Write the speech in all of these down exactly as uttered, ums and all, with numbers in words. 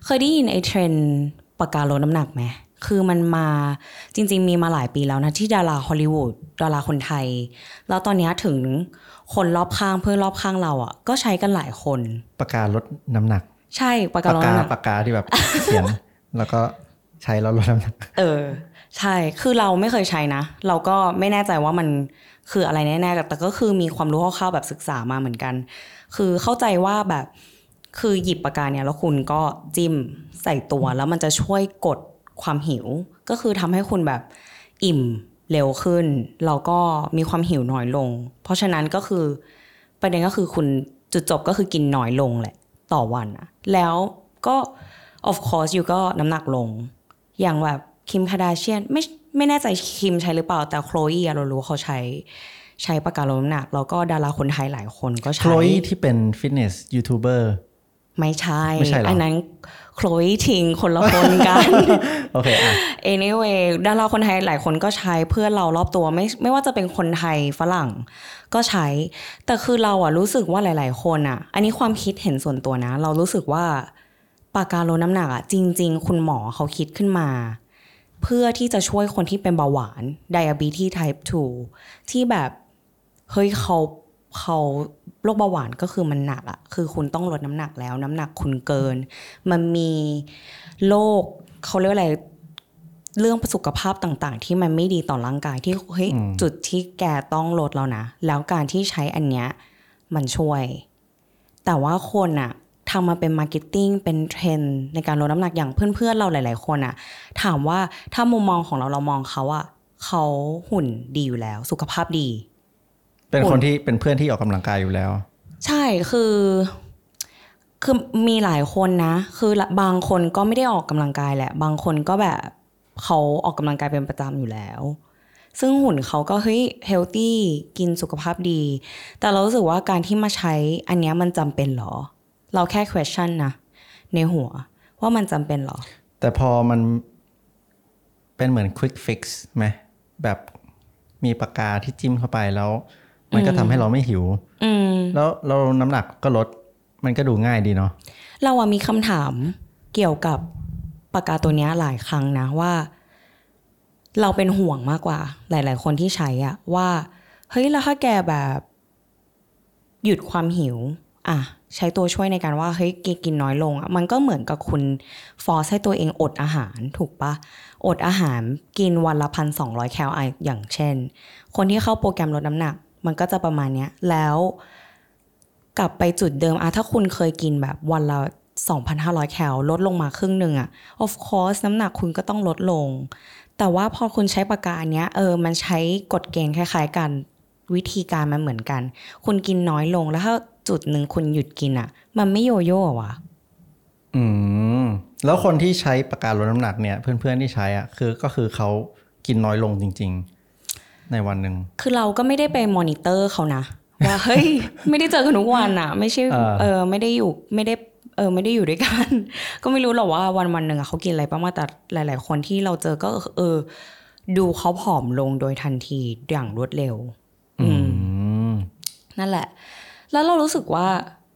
เคยได้ยินไอ้เทรนด์ปากกาลดน้ำหนักไหมคือมันมาจริงๆมีมาหลายปีแล้วนะที่ดาราฮอลลีวูดดาราคนไทยแล้วตอนนี้ถึงคนรอบข้างเพื่อนรอบข้างเราอ่ะก็ใช้กันหลายคนปากกาลดน้ำหนักใช่ปากกาลดน้ำหนักปากกาที่แบบเขียน แล้วก็ใช้แล้วลดน้ำหนักเออใช่คือเราไม่เคยใช้นะเราก็ไม่แน่ใจว่ามันคืออะไรแน่ๆแต่ก็คือมีความรู้คร่าวๆแบบศึกษามาเหมือนกันคือเข้าใจว่าแบบคือหยิบปากกาเนี่ยแล้วคุณก็จิ้มใส่ตัวแล้วมันจะช่วยกดความหิวก็คือทำให้คุณแบบอิ่มเร็วขึ้นแล้วก็มีความหิวน้อยลงเพราะฉะนั้นก็คือประเด็นก็คือคุณจุดจบก็คือกินน้อยลงแหละต่อวันอะแล้วก็ of course อยู่ก็น้ำหนักลงอย่างแบบคิมคาร์ดาเชียนไม่ไม่แน่ใจคิมใช้หรือเปล่าแต่โคลอีเรารู้เขาใช้ใช้ปากกาลดน้ำหนักแล้วก็ดาราคนไทยหลายคนก็ใช้โคลอีที่เป็นฟิตเนสยูทูบเบอร์ไม่ใช่ไม่ใช่หรออันนั้นโคลอีทิงคนละคนกันโอเคอ่ะ anyway ดาราคนไทยหลายคนก็ใช้เพื่อนเรารอบตัวไม่ไม่ว่าจะเป็นคนไทยฝรั่งก็ใช้แต่คือเราอะรู้สึกว่าหลายๆคนอะอันนี้ความคิดเห็นส่วนตัวนะเรารู้สึกว่าปากกาลดน้ำหนักอะจริงๆคุณหมอเขาคิดขึ้นมาเพื่อที่จะช่วยคนที่เป็นเบาหวาน diabetes type ทู ที่แบบเฮ้ยเขาเขาโรคเบาหวานก็คือมันหนักอะคือคุณต้องลดน้ำหนักแล้วน้ำหนักคุณเกินมันมีโรคเขาเรียกอะไรเรื่องสุขภาพต่างๆที่มันไม่ดีต่อร่างกายที่เฮ้ยจุดที่แกต้องลดแล้วนะแล้วการที่ใช้อันเนี้ยมันช่วยแต่ว่าคนอะทำมาเป็นมาร์เก็ตติ้งเป็นเทรนด์ในการลดน้ำหนักอย่างเพื่อนๆเราหลายๆคนอะถามว่าถ้ามุมมองของเราเรามองเขาอะเขาหุ่นดีอยู่แล้วสุขภาพดีเป็นคนที่เป็นเพื่อนที่ออกกำลังกายอยู่แล้วใช่คือคือมีหลายคนนะคือบางคนก็ไม่ได้ออกกำลังกายแหละบางคนก็แบบเขาออกกำลังกายเป็นประจำอยู่แล้วซึ่งหุ่นเขาก็เฮ้ยเฮลตี้กินสุขภาพดีแต่เรารู้สึกว่าการที่มาใช้อันนี้มันจำเป็นหรอเราแค่ question นะในหัวว่ามันจำเป็นหรอแต่พอมันเป็นเหมือน quick fix ไหมแบบมีปากกาที่จิ้มเข้าไปแล้วมันก็ทำให้เราไม่หิวแล้วเราน้ำหนักก็ลดมันก็ดูง่ายดีเนาะเราอะมีคำถามเกี่ยวกับปากกาตัวนี้หลายครั้งนะว่าเราเป็นห่วงมากกว่าหลายๆคนที่ใช้อะว่าเฮ้ยแล้วถ้าแกแบบหยุดความหิวอ่ะใช้ตัวช่วยในการว่าเฮ้ยกินน้อยลงอ่ะมันก็เหมือนกับคุณฟอร์สให้ตัวเองอดอาหารถูกปะอดอาหารกินวันละ หนึ่งพันสองร้อย แคลอย่างเช่นคนที่เข้าโปรแกรมลดน้ำหนักมันก็จะประมาณเนี้ยแล้วกลับไปจุดเดิมอ่ะถ้าคุณเคยกินแบบวันละ สองพันห้าร้อย แคลลดลงมาครึ่งนึงอ่ะ of course น้ำหนักคุณก็ต้องลดลงแต่ว่าพอคุณใช้ปากกาอันเนี้ยเออมันใช้กฎเกณฑ์คล้ายๆกันวิธีการมันเหมือนกันคุณกินน้อยลงแล้วถ้าจุดหนึ่งคุณหยุดกินอ่ะมันไม่โยโย่ว่ะอืมแล้วคนที่ใช้ปากกาลดน้ำหนักเนี่ยเพื่อนๆที่ใช้อ่ะคือก็คือเขากินน้อยลงจริงๆในวันหนึ่งคือเราก็ไม่ได้ไปมอนิเตอร์เขานะว่าเฮ้ยไม่ได้เจอกันทุกวันอ่ะไม่ใช่เออไม่ได้อยู่ไม่ได้เออไม่ได้อยู่ด้วยกันก็ไม่รู้หรอกว่าวันวันหนึ่งเขากินอะไรบ้างแต่หลายๆคนที่เราเจอก็เออดูเขาผอมลงโดยทันทีอย่างรวดเร็วอืมนั่นแหละแล้วเรารู้สึกว่า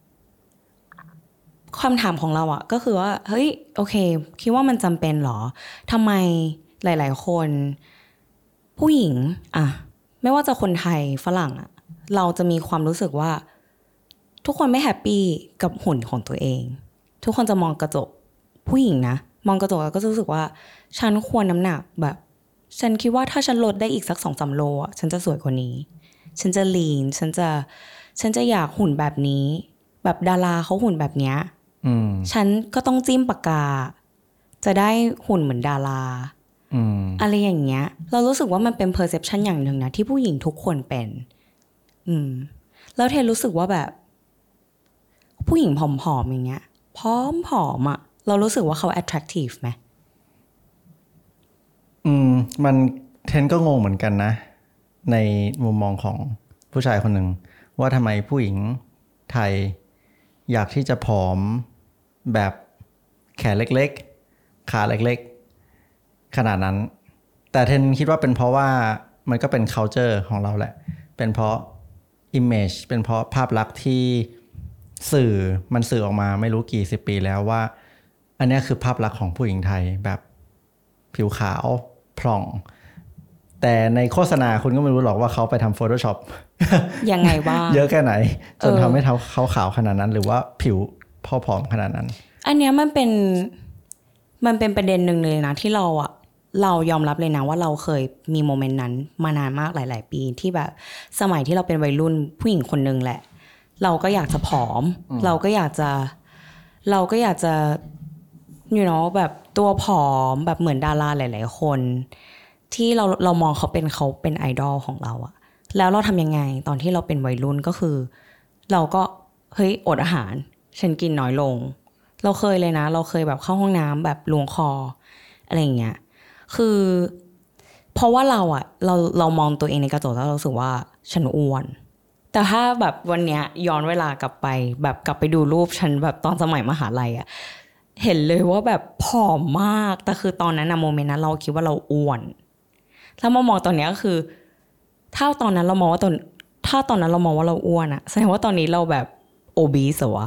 คำถามของเราอ่ะก็คือว่าเฮ้ยโอเคคิดว่ามันจำเป็นหรอทำไมหลายๆคนผู้หญิงอ่ะไม่ว่าจะคนไทยฝรั่งอ่ะเราจะมีความรู้สึกว่าทุกคนไม่แฮปปี้กับหุ่นของตัวเองทุกคนจะมองกระจกผู้หญิงนะมองกระจกแล้วก็รู้สึกว่าฉันควรน้ำหนักแบบฉันคิดว่าถ้าฉันลดได้อีกสัก สองถึงสาม โลอ่ะฉันจะสวยกว่านี้ฉันจะลีนฉันจะฉันจะอยากหุ่นแบบนี้แบบดาราเขาหุ่นแบบเนี้ยฉันก็ต้องจิ้มปากกาจะได้หุ่นเหมือนดาราอะไรอย่างเงี้ยเรารู้สึกว่ามันเป็น perception อย่างหนึ่งนะที่ผู้หญิงทุกคนเป็นอืมแล้วเทนรู้สึกว่าแบบผู้หญิงผอมๆอย่างเงี้ยผอมๆอ่ะเรารู้สึกว่าเขา attractive ไหมอืมมันเทนก็งงเหมือนกันนะในมุมมองของผู้ชายคนหนึ่งว่าทำไมผู้หญิงไทยอยากที่จะผอมแบบแขนเล็กๆขาเล็กๆขนาดนั้นแต่เทนคิดว่าเป็นเพราะว่ามันก็เป็น culture ของเราแหละเป็นเพราะ image เป็นเพราะภาพลักษณ์ที่สื่อมันสื่อออกมาไม่รู้กี่สิบปีแล้วว่าอันนี้คือภาพลักษณ์ของผู้หญิงไทยแบบผิวขาวพร่องแต่ในโฆษณาคุณก็ไม่รู้หรอกว่าเขาไปทำ Photoshop ยังไงบ้างเยอะแค่ไหนจนเออทำให้เขาขาวขนาดนั้น หรือว่าผิวพอผอมขนาดนั้นอันเนี้ยมันเป็นมันเป็นประเด็นหนึ่งเลยนะที่เราอะเรายอมรับเลยนะว่าเราเคยมีโมเมนต์นั้นมานานมากหลาย ๆ ปีที่แบบสมัยที่เราเป็นวัยรุ่นผู้หญิงคนนึงแหละ เราก็อยากจะผอม เราก็อยากจะเราก็อยากจะyou know แบบตัวผอมแบบเหมือนดาราหลาย ๆ คนที่เราเรามองเขาเป็นเขาเป็นไอดอลของเราอะแล้วเราทำยังไงตอนที่เราเป็นวัยรุ่นก็คือเราก็เฮ้ยอดอาหารฉันกินน้อยลงเราเคยเลยนะเราเคยแบบเข้าห้องน้ำแบบลวงคออะไรอย่างเงี้ยคือเพราะว่าเราอะเราเรามองตัวเองในกระจกแล้วเรารู้สึกว่าฉันอ้วนแต่ถ้าแบบวันเนี้ยย้อนเวลากลับไปแบบกลับไปดูรูปฉันแบบตอนสมัยมหาลัยอะเห็นเลยว่าแบบผอมมากแต่คือตอนนั้นนะโมเมนต์นั้นเราคิดว่าเราอ้วนถ้ามามองตอนนี้ก็คือถ้าตอนนั้นเรามองว่าตอนถ้าตอนนั้นเรามองว่าเราอ้วนอะแสดงว่าตอนนี้เราแบบโอบีสวะ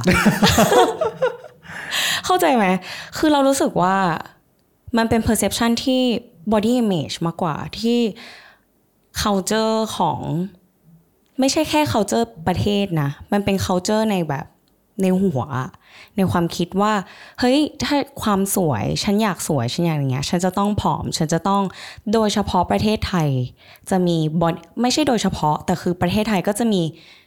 เข้าใจไหมคือเรารู้สึกว่ามันเป็น perception ที่ body image มากกว่าที่ culture ของไม่ใช่แค่ culture ประเทศนะมันเป็น culture ในแบบในหัวในความคิดว่าเฮ้ยถ้าความสวยฉันอยากสวยฉันอยากอย่างเงี้ยฉันจะต้องผอมฉันจะต้องโดยเฉพาะประเทศไทยจะมี body ไม่ใช่โดยเฉพาะแต่คือประเทศไทยก็จะมี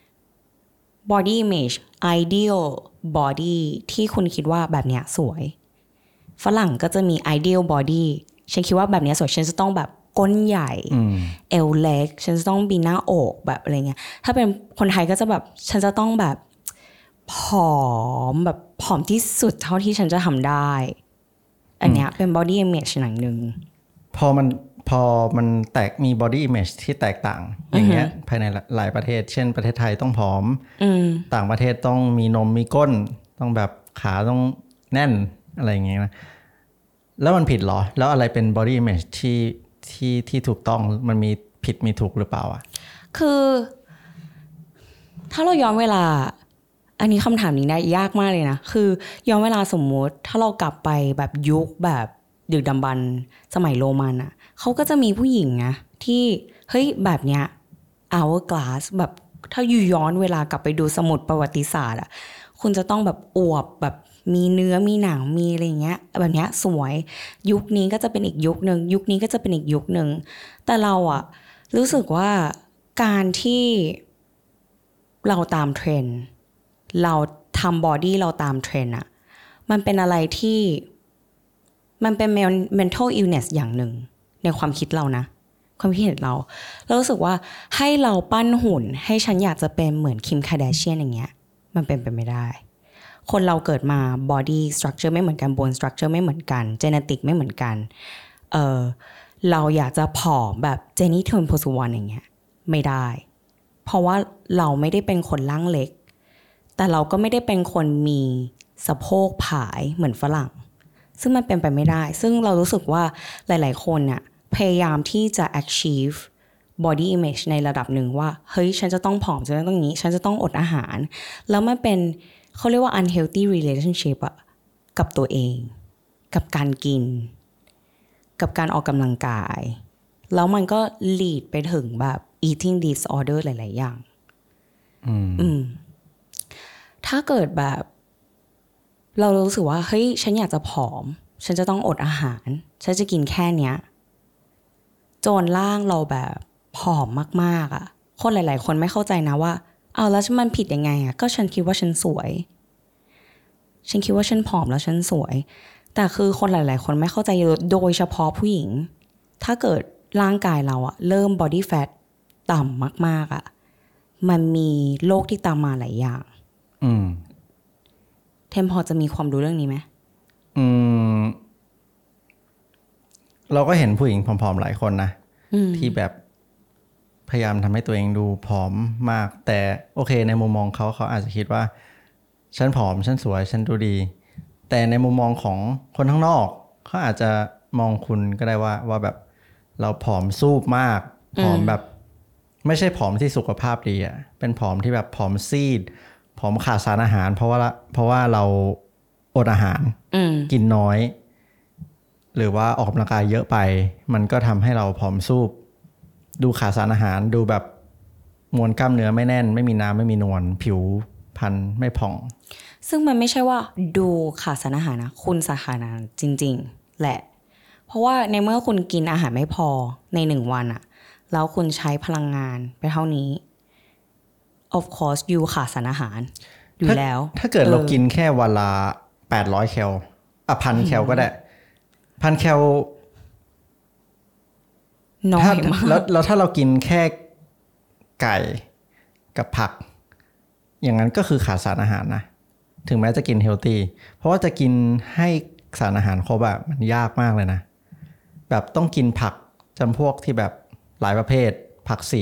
body image ideal body ที่คุณคิดว่าแบบเนี้ยสวยฝรั่งก็จะมี ideal body ฉันคิดว่าแบบเนี้ยสวยฉันจะต้องแบบก้นใหญ่เอวเล็กฉันจะต้องมีหน้าอกแบบอะไรเงี้ยถ้าเป็นคนไทยก็จะแบบฉันจะต้องแบบผอมแบบผอมที่สุดเท่าที่ฉันจะทำได้อันเนี้ยเป็น body image หนังหนึ่งพอมันพอมันแตกมี body image ที่แตกต่างอย่างเงี้ยภายในหลายประเทศเช่นประเทศไทยต้องผอมต่างประเทศต้องมีนมมีก้นต้องแบบขาต้องแน่นอะไรอย่างเงี้ยนะแล้วมันผิดเหรอแล้วอะไรเป็น body image ที่ที่ที่ถูกต้องมันมีผิดมีถูกหรือเปล่าอ่ะคือถ้าเราย้อนเวลาอันนี้คำถามนี้ได้ยากมากเลยนะคือย้อนเวลาสมมุติถ้าเรากลับไปแบบยุคแบบดึกดำบรรพ์สมัยโรมันอ่ะเขาก็จะมีผู้หญิงนะที่เฮ้ยแบบเนี้ย hourglass แบบถ้าอยู่ย้อนเวลากลับไปดูสมุดประวัติศาสตร์อ่ะคุณจะต้องแบบอวบแบบมีเนื้อมีหนังมีอะไรเงี้ยแบบเนี้ยสวยยุคนี้ก็จะเป็นอีกยุคนึงยุคนี้ก็จะเป็นอีกยุคนึงแต่เราอ่ะรู้สึกว่าการที่เราตามเทรนด์เราทำบอดี้เราตามเทรนด์อะมันเป็นอะไรที่มันเป็น mental illness อย่างหนึ่งในความคิดเรานะความคิดเห็นเราเรารู้สึกว่าให้เราปั้นหุ่นให้ฉันอยากจะเป็นเหมือนคิมคาร์แดเชียนอย่างเงี้ยมันเป็นไปไม่ได้คนเราเกิดมา body structure ไม่เหมือนกัน bone structure ไม่เหมือนกัน genetic ไม่เหมือนกันเออเราอยากจะผอมแบบเจนนี่เทิร์นโพสุวรรณอย่างเงี้ยไม่ได้เพราะว่าเราไม่ได้เป็นคนร่างเล็กแต่เราก็ไม่ได้เป็นคนมีสะโพกผายเหมือนฝรั่งซึ่งมันเป็นไปไม่ได้ซึ่งเรารู้สึกว่าหลายๆคนเนี่ยพยายามที่จะ achieve body image ในระดับหนึ่งว่าเฮ้ยฉันจะต้องผอมฉันจะต้องนี้ฉันจะต้องอดอาหารแล้วมันเป็นเขาเรียกว่า unhealthy relationship อะกับตัวเองกับการกินกับการออกกำลังกายแล้วมันก็ lead ไปถึงแบบ eating disorder หลายๆอย่างอืมอืมถ้าเกิดแบบเรารู้สึกว่าเฮ้ยฉันอยากจะผอมฉันจะต้องอดอาหารฉันจะกินแค่เนี้ยจนร่างเราแบบผอมมากๆอ่ะคนหลายๆคนไม่เข้าใจนะว่าเอาแล้วมันผิดยังไงอ่ะก็ฉันคิดว่าฉันสวยฉันคิดว่าฉันผอมแล้วฉันสวยแต่คือคนหลายๆคนไม่เข้าใจโดยเฉพาะผู้หญิงถ้าเกิดร่างกายเราอ่ะเริ่ม body fat ต่ำมากๆอ่ะมันมีโรคที่ตามมาหลายอย่างอืมเทมพอจะมีความรู้เรื่องนี้ไหมอืมเราก็เห็นผู้หญิงผอมๆหลายคนนะที่แบบพยายามทำให้ตัวเองดูผอมมากแต่โอเคในมุมมองเขาเขาอาจจะคิดว่าฉันผอมฉันสวยฉันดูดีแต่ในมุมมองของคนข้างนอกเขาอาจจะมองคุณก็ได้ว่าว่าแบบเราผอมซูบมากผอมแบบไม่ใช่ผอมที่สุขภาพดีอ่ะเป็นผอมที่แบบผอมซีดผอมขาดสารอาหารเพราะว่าเพราะว่าเราอดอาหารกินน้อยหรือว่าออกกำลังกายเยอะไปมันก็ทำให้เราผอมซูบดูขาดสารอาหารดูแบบมวลกล้ามเนื้อไม่แน่นไม่มีน้ำไม่มีนวลผิวพรรณไม่ผ่องซึ่งมันไม่ใช่ว่าดูขาดสารอาหารนะคุณขาดสารอาหารจริงๆแหละเพราะว่าในเมื่อคุณกินอาหารไม่พอในหนึ่งวันอะแล้วคุณใช้พลังงานไปเท่านี้ of course you ขาดสารอาหารอยู่แล้วถ้าเกิดเรากินแค่วันละแปดร้อยแคลอ่ะพันแคลก็ได้พันแคลน้อยมากแล้วแล้วถ้าเรากินแค่ไก่กับผักอย่างนั้นก็คือขาดสารอาหารนะถึงแม้จะกินเฮลตี้เพราะว่าจะกินให้สารอาหารครบอะมันยากมากเลยนะแบบต้องกินผักจำพวกที่แบบหลายประเภทผักสี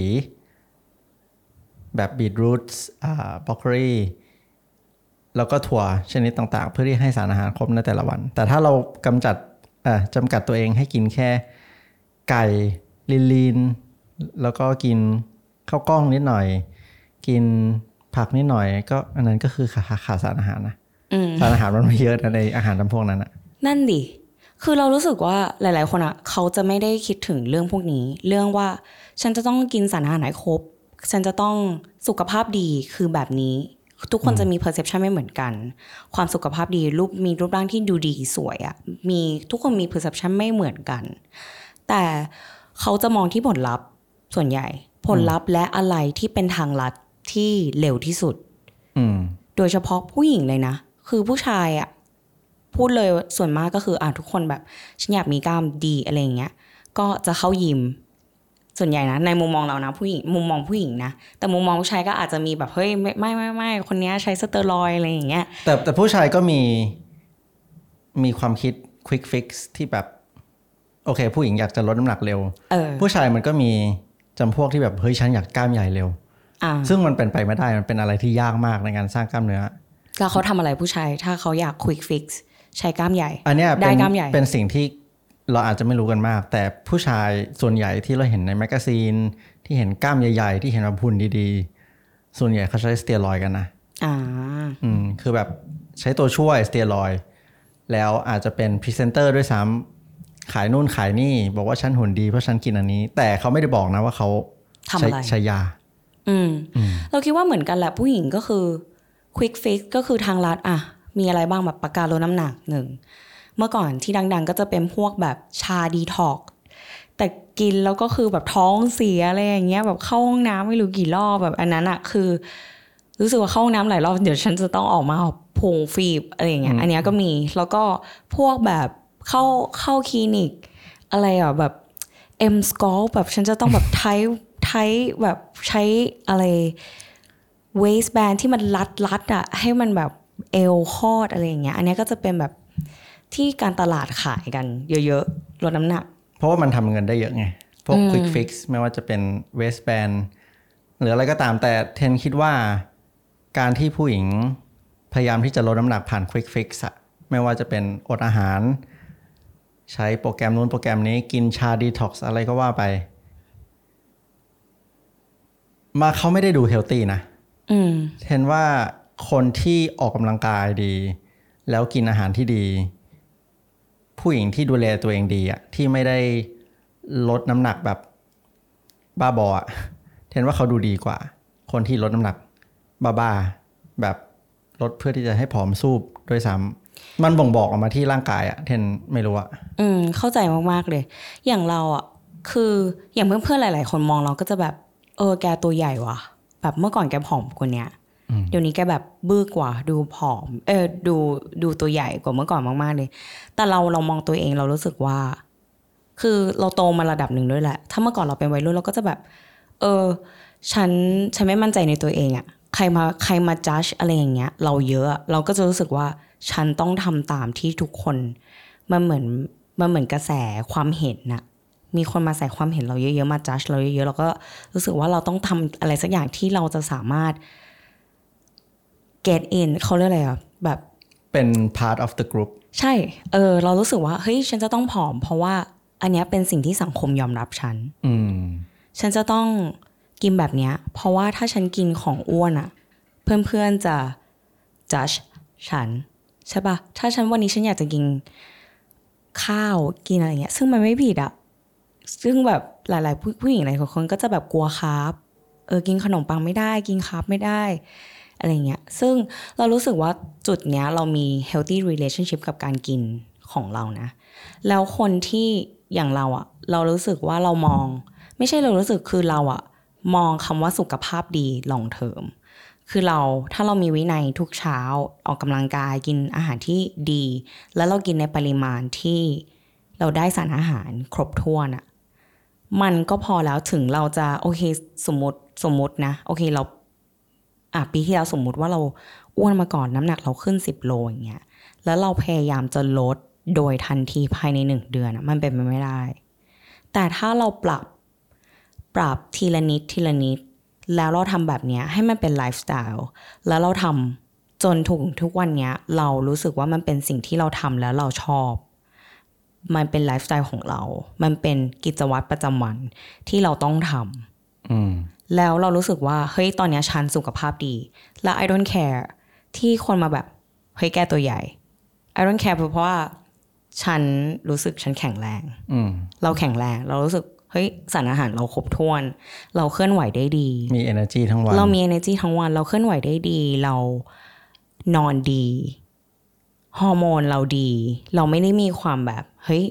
แบบบีทรูทอ่าบรอกโคลีแล้วก็ถั่วชนิดต่างๆเพื่อที่ให้สารอาหารครบในแต่ละวันแต่ถ้าเรากำจัดอ่าจำกัดตัวเองให้กินแค่ไก่ลีนๆแล้วก็กินข้าวกล้องนิดหน่อยกินผักนิดหน่อยก็อันนั้นก็คือขาดขาดสารอาหารนะสารอาหารมันไม่เยอะนะในอาหารจำพวกนั้นนะนั่นดิคือเรารู้สึกว่าหลายๆคนอ่ะเขาจะไม่ได้คิดถึงเรื่องพวกนี้เรื่องว่าฉันจะต้องกินสารอาหารให้ครบฉันจะต้องสุขภาพดีคือแบบนี้ทุกคนจะมี perception ไม่เหมือนกันความสุขภาพดีรูปมีรูปร่างที่ดูดีสวยอ่ะมีทุกคนมี perception ไม่เหมือนกันแต่เขาจะมองที่ผลลัพธ์ส่วนใหญ่ผลลัพธ์และอะไรที่เป็นทางลัดที่เร็วที่สุดโดยเฉพาะผู้หญิงเลยนะคือผู้ชายอ่ะพูดเลยส่วนมากก็คืออ่ะทุกคนแบบฉันอยากมีกล้ามดีอะไรอย่างเงี้ยก็จะเข้ายิมส่วนใหญ่นะในมุมมองเรานะผู้หญิงมุมมองผู้หญิงนะแต่มุมมองผู้ชายก็อาจจะมีแบบเฮ้ยไม่ไม่ไม่ไม่คนนี้ใช้สเตียรอยด์อะไรอย่างเงี้ยแต่แต่ผู้ชายก็มีมีความคิด quick fix ที่แบบโอเคผู้หญิงอยากจะลดน้ำหนักเร็วผู้ชายมันก็มีจำพวกที่แบบเฮ้ยฉันอยากกล้ามใหญ่เร็วซึ่งมันเป็นไปไม่ได้มันเป็นอะไรที่ยากมากในการสร้างกล้ามเนื้อแล้วเขาทำอะไรผู้ชายถ้าเขาอยาก quick fix ใช้กล้ามใหญ่อันนี้ได้กล้ามใหญ่เป็นสิ่งที่เราอาจจะไม่รู้กันมากแต่ผู้ชายส่วนใหญ่ที่เราเห็นในแมกกาซีนที่เห็นกล้ามใหญ่ๆที่เห็นแบบหุ่นดีๆส่วนใหญ่เขาใช้สเตียรอยด์กันนะอ่าอืมคือแบบใช้ตัวช่วยสเตียรอยด์แล้วอาจจะเป็นพรีเซนเตอร์ด้วยซ้ำขายนู่นขายนี่บอกว่าฉันหุ่นดีเพราะฉันกินอันนี้แต่เขาไม่ได้บอกนะว่าเขาทำอะไรใช้ยาอืมเราคิดว่าเหมือนกันแหละผู้หญิงก็คือ quick fix ก็คือทางลัดอ่ะมีอะไรบ้างแบบประกาศลดน้ำหนักหนึ่งเมื่อก่อนที่ดังๆก็จะเป็นพวกแบบชาดีท็อกแต่กินแล้วก็คือแบบท้องเสียอะไรอย่างเงี้ยแบบเข้าห้องน้ำไม่รู้กี่รอบแบบอันนั้นอะคือรู้สึกว่าเข้าห้องน้ำหลายรอบเดี๋ยวฉันจะต้องออกมาพุงฟีบอะไรอย่างเงี้ยอันนี้ก็มีแล้วก็พวกแบบเข้าเข้าคลินิกอะไรอ่ะแบบเอ็มสกอลแบบฉันจะต้องแบบไทไทแบบใช้อะไรเวสแบนที่มันรัดรัดอะให้มันแบบเอวคอดอะไรอย่างเงี้ยอันนี้ก็จะเป็นแบบที่การตลาดขายกันเยอะๆลดน้ำหนักเพราะว่ามันทำเงินได้เยอะไงพวก quick fix ไม่ว่าจะเป็น waistband หรืออะไรก็ตามแต่เทนคิดว่าการที่ผู้หญิงพยายามที่จะลดน้ำหนักผ่าน quick fix อะไม่ว่าจะเป็นอดอาหารใช้โปรแกรมนู้นโปรแกรมนี้กินชา detox อะไรก็ว่าไปมาเขาไม่ได้ดู healthy นะเห็นว่าคนที่ออกกำลังกายดีแล้วกินอาหารที่ดีผู้หญิงที่ดูแลตัวเองดีอ่ะที่ไม่ได้ลดน้ำหนักแบบบ้าบออ่ะเห็นว่าเขาดูดีกว่าคนที่ลดน้ำหนักบ้าๆแบบลดเพื่อที่จะให้ผอมซูบด้วยซ้ำมันบ่งบอกออกมาที่ร่างกายอ่ะเทนไม่รู้อ่ะอืมเข้าใจมากๆเลยอย่างเราอ่ะคืออย่างเพื่อนๆหลายๆคนมองเราก็จะแบบเออแกตัวใหญ่ว่ะแบบเมื่อก่อนแกผอมกว่าเนี้ยเดี๋ยวนี้แกแบบบึ้กว่าดูผอมเออดูดูตัวใหญ่กว่าเมื่อก่อนมากๆเลยแต่เราเรามองตัวเองเรารู้สึกว่าคือเราโตมาระดับหนึ่งด้วยแหละถ้าเมื่อก่อนเราเป็นวัยรุ่นเราก็จะแบบเออฉันฉันไม่มั่นใจในตัวเองอะใครมาใครมาจัดอะไรอย่างเงี้ยเราเยอะเราก็จะรู้สึกว่าฉันต้องทำตามที่ทุกคนมันเหมือนมันเหมือนกระแสความเห็นน่ะมีคนมาใส่ความเห็นเราเยอะๆมาจัดเราเยอะๆเราก็รู้สึกว่าเราต้องทำอะไรสักอย่างที่เราจะสามารถget in เขาเรียกอะไรอ่ะแบบเป็น part of the group ใช่เออเรารู้สึกว่าเฮ้ยฉันจะต้องผอมเพราะว่าอันเนี้ยเป็นสิ่งที่สังคมยอมรับฉันอืมฉันจะต้องกินแบบเนี้ยเพราะว่าถ้าฉันกินของอ้วนอ่ะเพื่อนๆจะ judge ฉันใช่ปะถ้าฉันวันนี้ฉันอยากจะกินข้าวกินอะไรเงี้ยซึ่งมันไม่ผิดอะซึ่งแบบหลายๆผู้ผู้หญิงหลายคนก็จะแบบกลัวคาร์บเออกินขนมปังไม่ได้กินคาร์บไม่ได้อะไรเงี้ยซึ่งเรารู้สึกว่าจุดเนี้ยเรามี healthy relationship กับการกินของเรานะแล้วคนที่อย่างเราอะเรารู้สึกว่าเรามองไม่ใช่เรารู้สึกคือเราอะมองคำว่าสุขภาพดี long term คือเราถ้าเรามีวินัยทุกเช้าออกกำลังกายกินอาหารที่ดีแล้วเรากินในปริมาณที่เราได้สารอาหารครบถ้วนอะมันก็พอแล้วถึงเราจะโอเคสมมติสมมตินะโอเคเราอ่ะปีที่แล้วสมมติว่าเราอ้วนมาก่อนน้ำหนักเราขึ้นสิบโลอย่างเงี้ยแล้วเราพยายามจะลดโดยทันทีภายในหนึ่งเดือนอะมันเป็นไปไม่ได้แต่ถ้าเราปรับปรับทีละนิดทีละนิดแล้วเราทำแบบนี้ให้มันเป็นไลฟ์สไตล์แล้วเราทำจนถึงทุกวันนี้เรารู้สึกว่ามันเป็นสิ่งที่เราทำแล้วเราชอบมันเป็นไลฟ์สไตล์ของเรามันเป็นกิจวัตรประจำวันที่เราต้องทำแล้วเรารู้สึกว่าเฮ้ยตอนนี้ฉันสุขภาพดีแล้ว I don't care ที่คนมาแบบเฮ้ยแกตัวใหญ่ I don't care เพราะว่าฉันรู้สึกฉันแข็งแรงเราแข็งแรงเรารู้สึกเฮ้ยสารอาหารเราครบถ้วนเราเคลื่อนไหวได้ดีมี energy ทั้งวันเรามี energy ทั้งวันเราเคลื่อนไหวได้ดีเรานอนดีฮอร์โมนเราดีเราไม่ได้มีความแบบเฮ้ย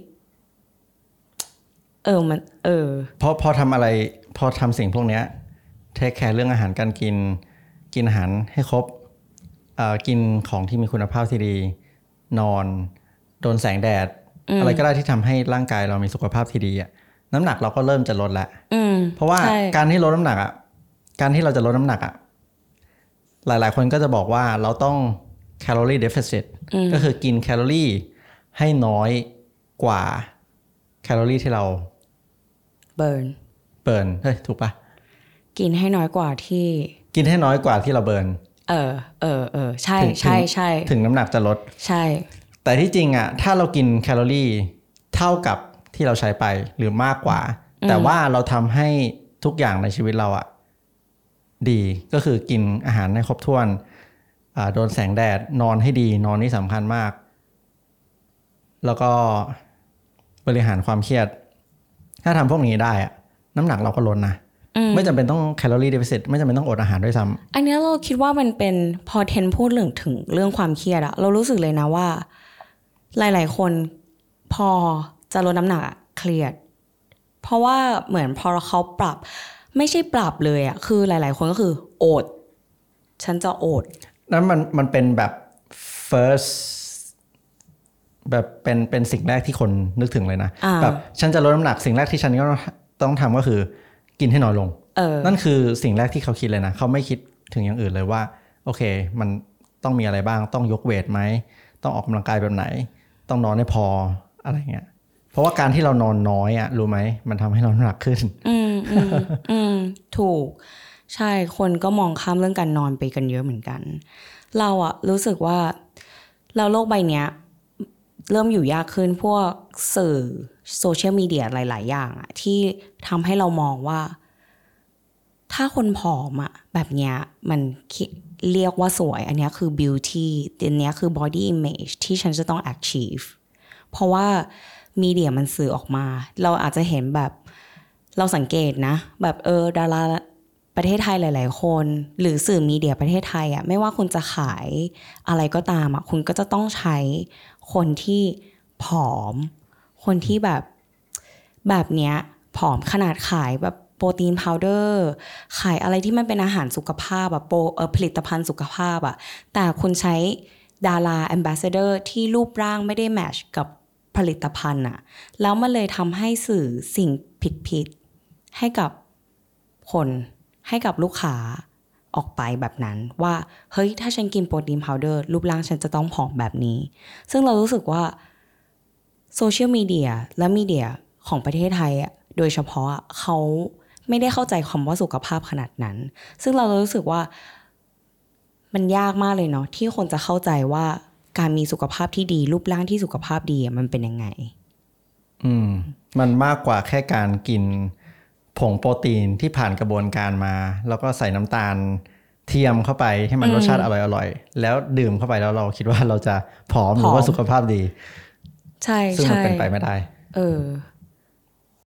เออมันเออพอพอทำอะไรพอทำสิ่งพวกเนี้ยเทคแคร์เรื่องอาหารการกินกินอาหารให้ครบเอ่อกินของที่มีคุณภาพที่ดีนอนโดนแสงแดด อ, อะไรก็ได้ที่ทำให้ร่างกายเรามีสุขภาพที่ดีอ่ะน้ำหนักเราก็เริ่มจะลดแล้วเพราะว่าการที่ลดน้ำหนักอ่ะการที่เราจะลดน้ำหนักอ่ะหลายๆคนก็จะบอกว่าเราต้องแคลอรี่เดฟิซิตก็คือกินแคลอรี่ให้น้อยกว่าแคลอรี่ที่เราเบิร์นเบิร์นเฮ้ยถูกปะกินให้น้อยกว่าที่กินให้น้อยกว่าที่เราเบิร์นเออเออเออใช่ใช่ใช่ถึงน้ำหนักจะลดใช่แต่ที่จริงอ่ะถ้าเรากินแคลอรี่เท่ากับที่เราใช้ไปหรือมากกว่าแต่ว่าเราทำให้ทุกอย่างในชีวิตเราอ่ะดีก็คือกินอาหารให้ครบถ้วนอ่าโดนแสงแดดนอนให้ดีนอนนี่สำคัญมากแล้วก็บริหารความเครียดถ้าทำพวกนี้ได้อ่ะน้ำหนักเราก็ลดนะไม่จำเป็นต้องแคลอรี่เดฟิซิตไม่จำเป็นต้องอดอาหารด้วยซ้ำอันนี้เราคิดว่ามันเป็นพอเทนพูดเรื่องถึงเรื่องความเครียดอะเรารู้สึกเลยนะว่าหลายๆคนพอจะลดน้ำหนักเครียดเพราะว่าเหมือนพอเขาปรับไม่ใช่ปรับเลยอะคือหลายๆคนก็คืออดฉันจะอดนั้นมันมันเป็นแบบ first แบบเป็นเป็นสิ่งแรกที่คนนึกถึงเลยนะแบบฉันจะลดน้ำหนักสิ่งแรกที่ฉันก็ต้องทำก็คือกินให้น้อยลงนั่นคือสิ่งแรกที่เขาคิดเลยนะเขาไม่คิดถึงอย่างอื่นเลยว่าโอเคมันต้องมีอะไรบ้างต้องยกเวทไหมต้องออกกำลังกายแบบไหนต้องนอนให้พออะไรเงี้ยเพราะว่าการที่เรานอนน้อยอ่ะรู้ไหมมันทำให้เราหนักขึ้นอืมอืมอืมถูกใช่คนก็มองข้ามเรื่องการนอนไปกันเยอะเหมือนกันเราอะรู้สึกว่าเราโลกใบเนี้ยเริ่มอยู่ยากขึ้นพวกสื่อโซเชียลมีเดียหลายๆอย่างอะที่ทำให้เรามองว่าถ้าคนผอมอะแบบเนี้ยมันเรียกว่าสวยอันนี้คือ beauty อันนี้คือ body image ที่ฉันจะต้อง achieve เพราะว่ามีเดียมันสื่อออกมาเราอาจจะเห็นแบบเราสังเกตนะแบบเออดาราประเทศไทยหลายๆคนหรือสื่อมีเดียประเทศไทยอะไม่ว่าคุณจะขายอะไรก็ตามอะคุณก็จะต้องใช้คนที่ผอมคนที่แบบแบบเนี้ยผอมขนาดขายแบบโปรตีนพาวเดอร์ขายอะไรที่มันเป็นอาหารสุขภาพอะโปรเออผลิตภัณฑ์สุขภาพอะแต่คุณใช้ดาราแอมบาสเดอร์ที่รูปร่างไม่ได้แมทช์กับผลิตภัณฑ์อะแล้วมันเลยทำให้สื่อสิ่งผิดๆให้กับคนให้กับลูกค้าออกไปแบบนั้นว่าเฮ้ยถ้าฉันกินโปรตีนพาวเดอร์รูปร่างฉันจะต้องผอมแบบนี้ซึ่งเรารู้สึกว่าโซเชียลมีเดียและมีเดียของประเทศไทยอะโดยเฉพาะเขาไม่ได้เข้าใจคำว่าสุขภาพขนาดนั้นซึ่งเรารู้สึกว่ามันยากมากเลยเนาะที่คนจะเข้าใจว่าการมีสุขภาพที่ดีรูปร่างที่สุขภาพดีมันเป็นยังไงอืมมันมากกว่าแค่การกินผงโปรตีนที่ผ่านกระบวนการมาแล้วก็ใส่น้ำตาลเทียมเข้าไปให้มันรสชาติอร่อยๆแล้วดื่มเข้าไปแล้วเราคิดว่าเราจะผอมหรือว่าสุขภาพดีใช่ซึ่งมันใช่เป็นไปไม่ได้เออ